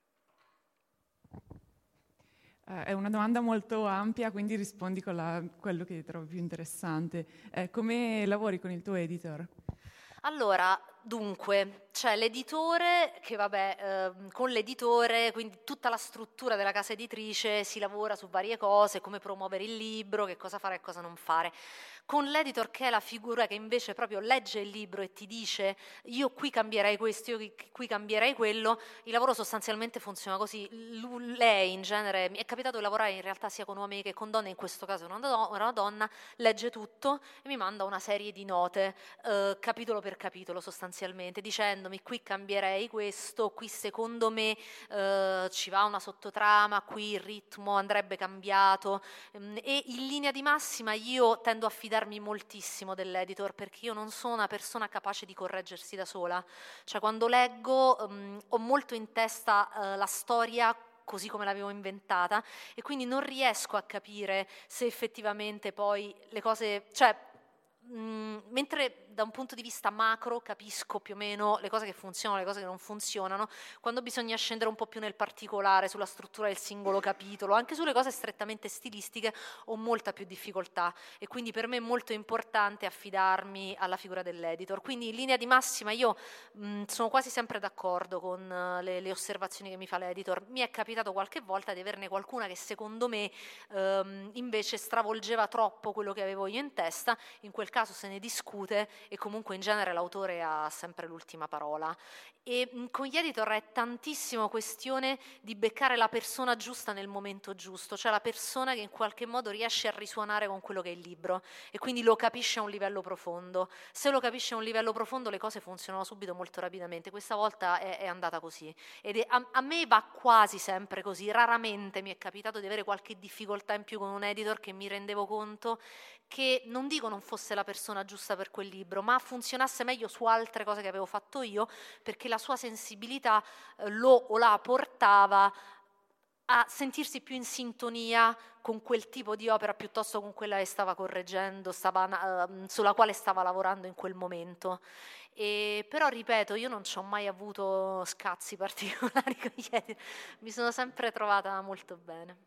È una domanda molto ampia, quindi rispondi con quello che trovo più interessante. Come lavori con il tuo editor? Allora, dunque, c'è l'editore che con l'editore, quindi tutta la struttura della casa editrice, si lavora su varie cose, come promuovere il libro, che cosa fare e cosa non fare. Con l'editor, che è la figura che invece proprio legge il libro e ti dice io qui cambierei questo, io qui cambierei quello, il lavoro sostanzialmente funziona così. Lei in genere, mi è capitato di lavorare in realtà sia con uomini che con donne, in questo caso era una donna, legge tutto e mi manda una serie di note, capitolo per capitolo sostanzialmente, dicendomi qui cambierei questo, qui secondo me ci va una sottotrama, qui il ritmo andrebbe cambiato, e in linea di massima io tendo a fidarmi moltissimo dell'editor, perché io non sono una persona capace di correggersi da sola, cioè quando leggo ho molto in testa la storia così come l'avevo inventata e quindi non riesco a capire se effettivamente poi le cose, cioè mentre da un punto di vista macro capisco più o meno le cose che funzionano, le cose che non funzionano, quando bisogna scendere un po' più nel particolare sulla struttura del singolo capitolo, anche sulle cose strettamente stilistiche, ho molta più difficoltà e quindi per me è molto importante affidarmi alla figura dell'editor. Quindi in linea di massima io sono quasi sempre d'accordo con le osservazioni che mi fa l'editor. Mi è capitato qualche volta di averne qualcuna che secondo me invece stravolgeva troppo quello che avevo io in testa, in quel caso se ne discute e comunque in genere l'autore ha sempre l'ultima parola. E con gli editor è tantissimo questione di beccare la persona giusta nel momento giusto, cioè la persona che in qualche modo riesce a risuonare con quello che è il libro e quindi lo capisce a un livello profondo. Se lo capisce a un livello profondo le cose funzionano subito molto rapidamente. Questa volta è andata così ed a me va quasi sempre così. Raramente mi è capitato di avere qualche difficoltà in più con un editor che mi rendevo conto che non dico non fosse la persona giusta per quel libro, ma funzionasse meglio su altre cose che avevo fatto io, perché la sua sensibilità la portava a sentirsi più in sintonia con quel tipo di opera piuttosto con quella che stava correggendo, sulla quale stava lavorando in quel momento. Però ripeto, io non ci ho mai avuto scazzi particolari con gli editor, mi sono sempre trovata molto bene.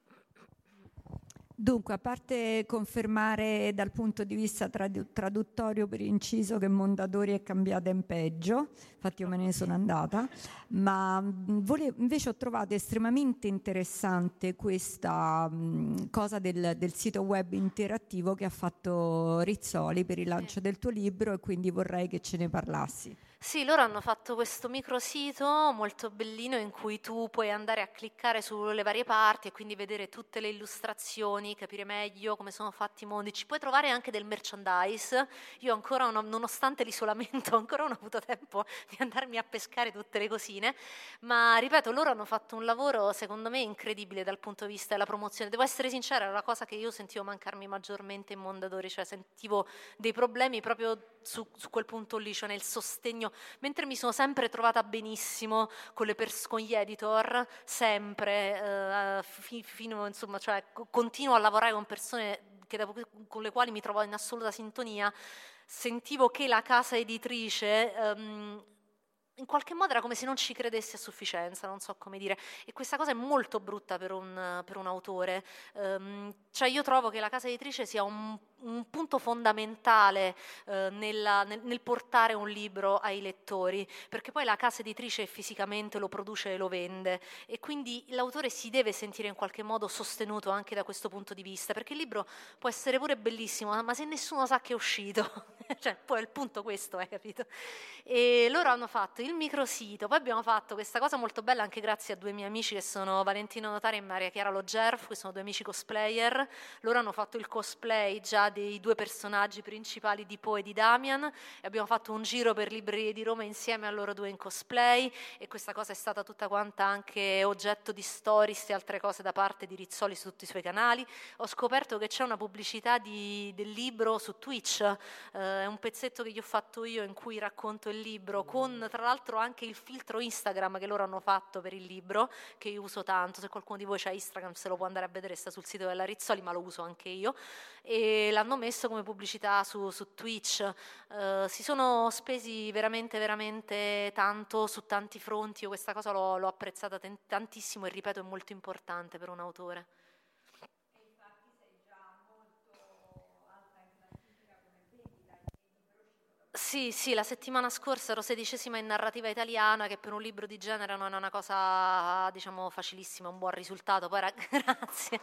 Dunque, a parte confermare dal punto di vista traduttorio per inciso che Mondadori è cambiata in peggio, infatti io me ne sono andata, ma invece ho trovato estremamente interessante questa cosa del sito web interattivo che ha fatto Rizzoli per il lancio del tuo libro e quindi vorrei che ce ne parlassi. Sì, loro hanno fatto questo microsito molto bellino in cui tu puoi andare a cliccare sulle varie parti e quindi vedere tutte le illustrazioni, capire meglio come sono fatti i mondi. Ci puoi trovare anche del merchandise. Io ancora, nonostante l'isolamento, ancora non ho avuto tempo di andarmi a pescare tutte le cosine, ma ripeto, loro hanno fatto un lavoro secondo me incredibile dal punto di vista della promozione. Devo essere sincera, era la cosa che io sentivo mancarmi maggiormente in Mondadori, cioè sentivo dei problemi proprio su quel punto lì, cioè nel sostegno. Mentre mi sono sempre trovata benissimo con gli editor, sempre, fino, insomma, cioè continuo a lavorare con persone con le quali mi trovo in assoluta sintonia, sentivo che la casa editrice in qualche modo era come se non ci credesse a sufficienza, non so come dire, e questa cosa è molto brutta per un autore. Cioè io trovo che la casa editrice sia un punto fondamentale nel portare un libro ai lettori, perché poi la casa editrice fisicamente lo produce e lo vende e quindi l'autore si deve sentire in qualche modo sostenuto anche da questo punto di vista, perché il libro può essere pure bellissimo, ma se nessuno sa che è uscito, cioè poi il punto questo è, capito? E loro hanno fatto il microsito, poi abbiamo fatto questa cosa molto bella anche grazie a due miei amici che sono Valentino Notari e Maria Chiara Logerf, che sono due amici cosplayer. Loro hanno fatto il cosplay già dei due personaggi principali di Poe e di Damian, e abbiamo fatto un giro per librerie di Roma insieme a loro due in cosplay, e questa cosa è stata tutta quanta anche oggetto di stories e altre cose da parte di Rizzoli su tutti i suoi canali. Ho scoperto che c'è una pubblicità del libro su Twitch, è un pezzetto che gli ho fatto io in cui racconto il libro, con tra l'altro anche il filtro Instagram che loro hanno fatto per il libro, che io uso tanto. Se qualcuno di voi c'ha Instagram se lo può andare a vedere, sta sul sito della Rizzoli, ma lo uso anche io, e l'hanno messo come pubblicità su Twitch. Si sono spesi veramente veramente tanto su tanti fronti. Io questa cosa l'ho apprezzata tantissimo, e ripeto, è molto importante per un autore. Sì, la settimana scorsa ero 16ª in narrativa italiana, che per un libro di genere non è una cosa, diciamo, facilissima, un buon risultato. Poi grazie.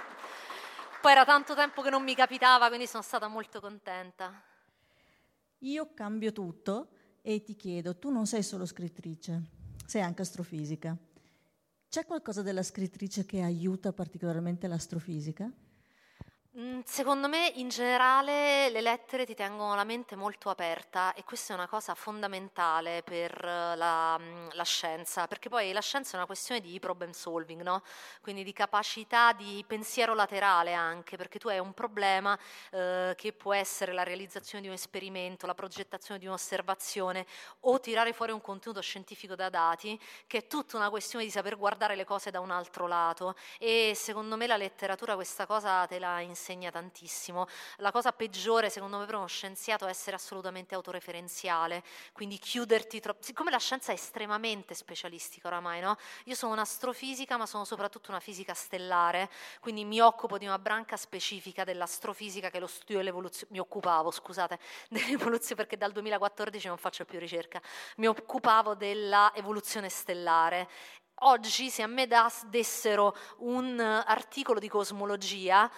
Poi era tanto tempo che non mi capitava, quindi sono stata molto contenta. Io cambio tutto e ti chiedo, tu non sei solo scrittrice, sei anche astrofisica. C'è qualcosa della scrittrice che aiuta particolarmente l'astrofisica? Secondo me in generale le lettere ti tengono la mente molto aperta, e questa è una cosa fondamentale per la scienza, perché poi la scienza è una questione di problem solving, no? Quindi di capacità di pensiero laterale anche, perché tu hai un problema che può essere la realizzazione di un esperimento, la progettazione di un'osservazione, o tirare fuori un contenuto scientifico da dati, che è tutta una questione di saper guardare le cose da un altro lato, e secondo me la letteratura questa cosa te la insegna tantissimo. La cosa peggiore secondo me per uno scienziato è essere assolutamente autoreferenziale, quindi chiuderti troppo, siccome la scienza è estremamente specialistica oramai, no? Io sono un'astrofisica, ma sono soprattutto una fisica stellare, quindi mi occupo di una branca specifica dell'astrofisica che è lo studio dell'evoluzione, dell'evoluzione, perché dal 2014 non faccio più ricerca, mi occupavo della evoluzione stellare. Oggi se a me dessero un articolo di cosmologia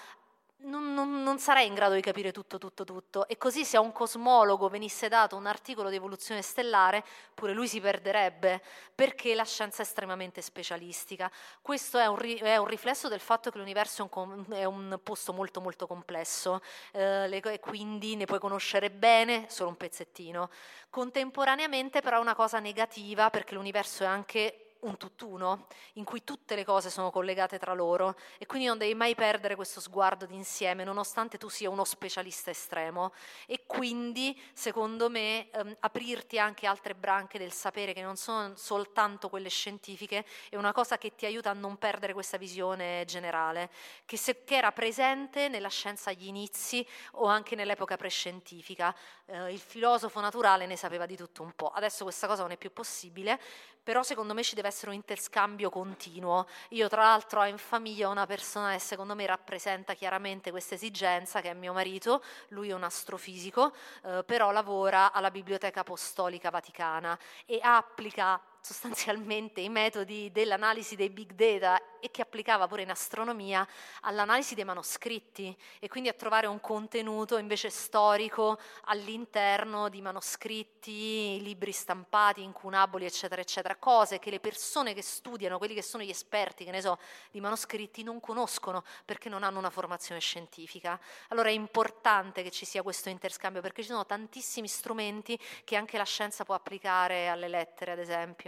non sarei in grado di capire tutto, e così se a un cosmologo venisse dato un articolo di evoluzione stellare pure lui si perderebbe, perché la scienza è estremamente specialistica. Questo è un riflesso del fatto che l'universo è un posto molto molto complesso, e quindi ne puoi conoscere bene solo un pezzettino. Contemporaneamente però è una cosa negativa, perché l'universo è anche un tutt'uno in cui tutte le cose sono collegate tra loro, e quindi non devi mai perdere questo sguardo d'insieme, nonostante tu sia uno specialista estremo. E quindi secondo me aprirti anche altre branche del sapere che non sono soltanto quelle scientifiche è una cosa che ti aiuta a non perdere questa visione generale che era presente nella scienza agli inizi o anche nell'epoca prescientifica. Il filosofo naturale ne sapeva di tutto un po', adesso questa cosa non è più possibile, però secondo me ci deve essere un interscambio continuo. Io tra l'altro ho in famiglia una persona che secondo me rappresenta chiaramente questa esigenza, che è mio marito. Lui è un astrofisico, però lavora alla Biblioteca Apostolica Vaticana e applica sostanzialmente i metodi dell'analisi dei big data, e che applicava pure in astronomia all'analisi dei manoscritti, e quindi a trovare un contenuto invece storico all'interno di manoscritti, libri stampati, incunaboli, eccetera eccetera, cose che le persone che studiano, quelli che sono gli esperti, che ne so, di manoscritti non conoscono perché non hanno una formazione scientifica. Allora è importante che ci sia questo interscambio, perché ci sono tantissimi strumenti che anche la scienza può applicare alle lettere, ad esempio.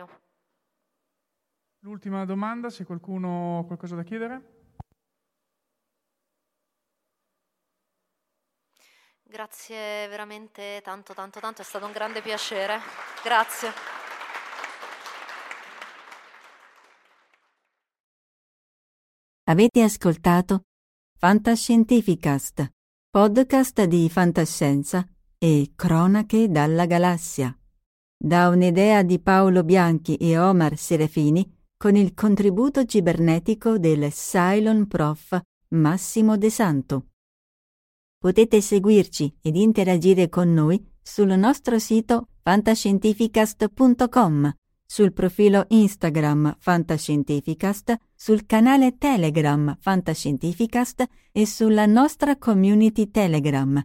L'ultima domanda, se qualcuno ha qualcosa da chiedere. Grazie veramente tanto, è stato un grande piacere. Grazie. Avete ascoltato Fantascientificast, podcast di fantascienza e cronache dalla galassia, da un'idea di Paolo Bianchi e Omar Serafini, con il contributo cibernetico del Cylon Prof Massimo De Santo. Potete seguirci ed interagire con noi sul nostro sito fantascientificast.com, sul profilo Instagram Fantascientificast, sul canale Telegram Fantascientificast e sulla nostra community Telegram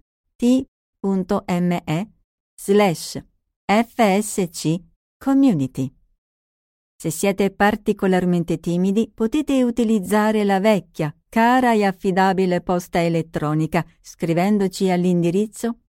t.me/FSC Community. Se siete particolarmente timidi, potete utilizzare la vecchia, cara e affidabile posta elettronica scrivendoci all'indirizzo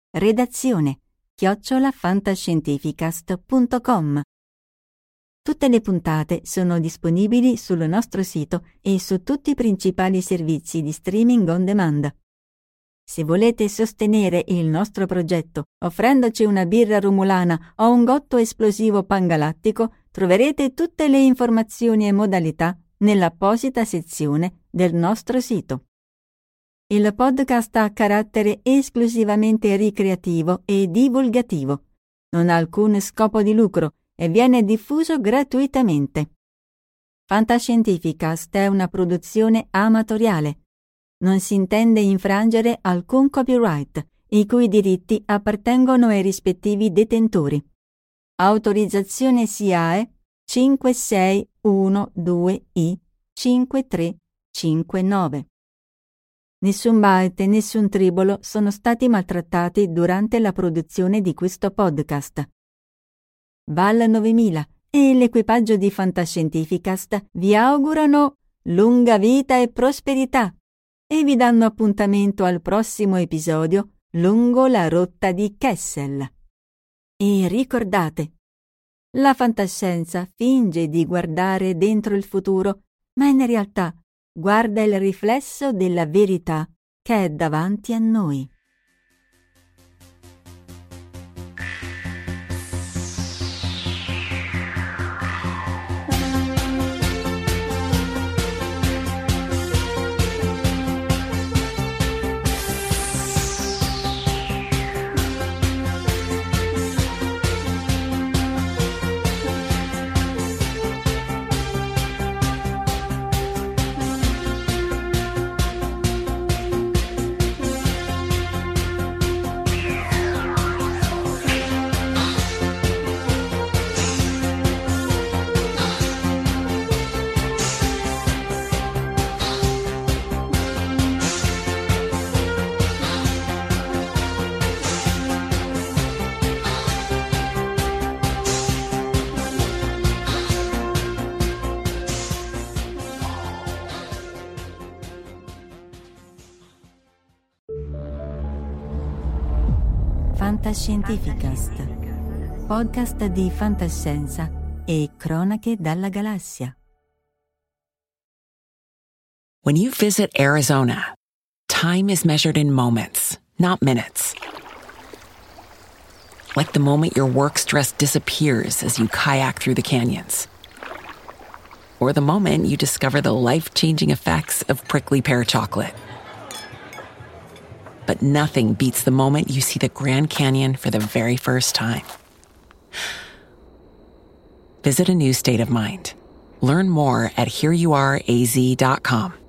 redazione@fantascientificast.com. Tutte le puntate sono disponibili sul nostro sito e su tutti i principali servizi di streaming on demand. Se volete sostenere il nostro progetto offrendoci una birra rumulana o un gotto esplosivo pangalattico, troverete tutte le informazioni e modalità nell'apposita sezione del nostro sito. Il podcast ha carattere esclusivamente ricreativo e divulgativo. Non ha alcun scopo di lucro e viene diffuso gratuitamente. Fantascientificast è una produzione amatoriale. Non si intende infrangere alcun copyright, i cui diritti appartengono ai rispettivi detentori. Autorizzazione SIAE 5612I5359. Nessun byte e nessun tribolo sono stati maltrattati durante la produzione di questo podcast. Val 9000 e l'equipaggio di Fantascientificast vi augurano lunga vita e prosperità e vi danno appuntamento al prossimo episodio lungo la rotta di Kessel. E ricordate, la fantascienza finge di guardare dentro il futuro, ma in realtà guarda il riflesso della verità che è davanti a noi. Fantascientificast, podcast di fantascienza e cronache dalla galassia. When you visit Arizona, time is measured in moments, not minutes. Like the moment your work stress disappears as you kayak through the canyons. Or the moment you discover the life-changing effects of prickly pear chocolate. But nothing beats the moment you see the Grand Canyon for the very first time. Visit a new state of mind. Learn more at hereyouareaz.com.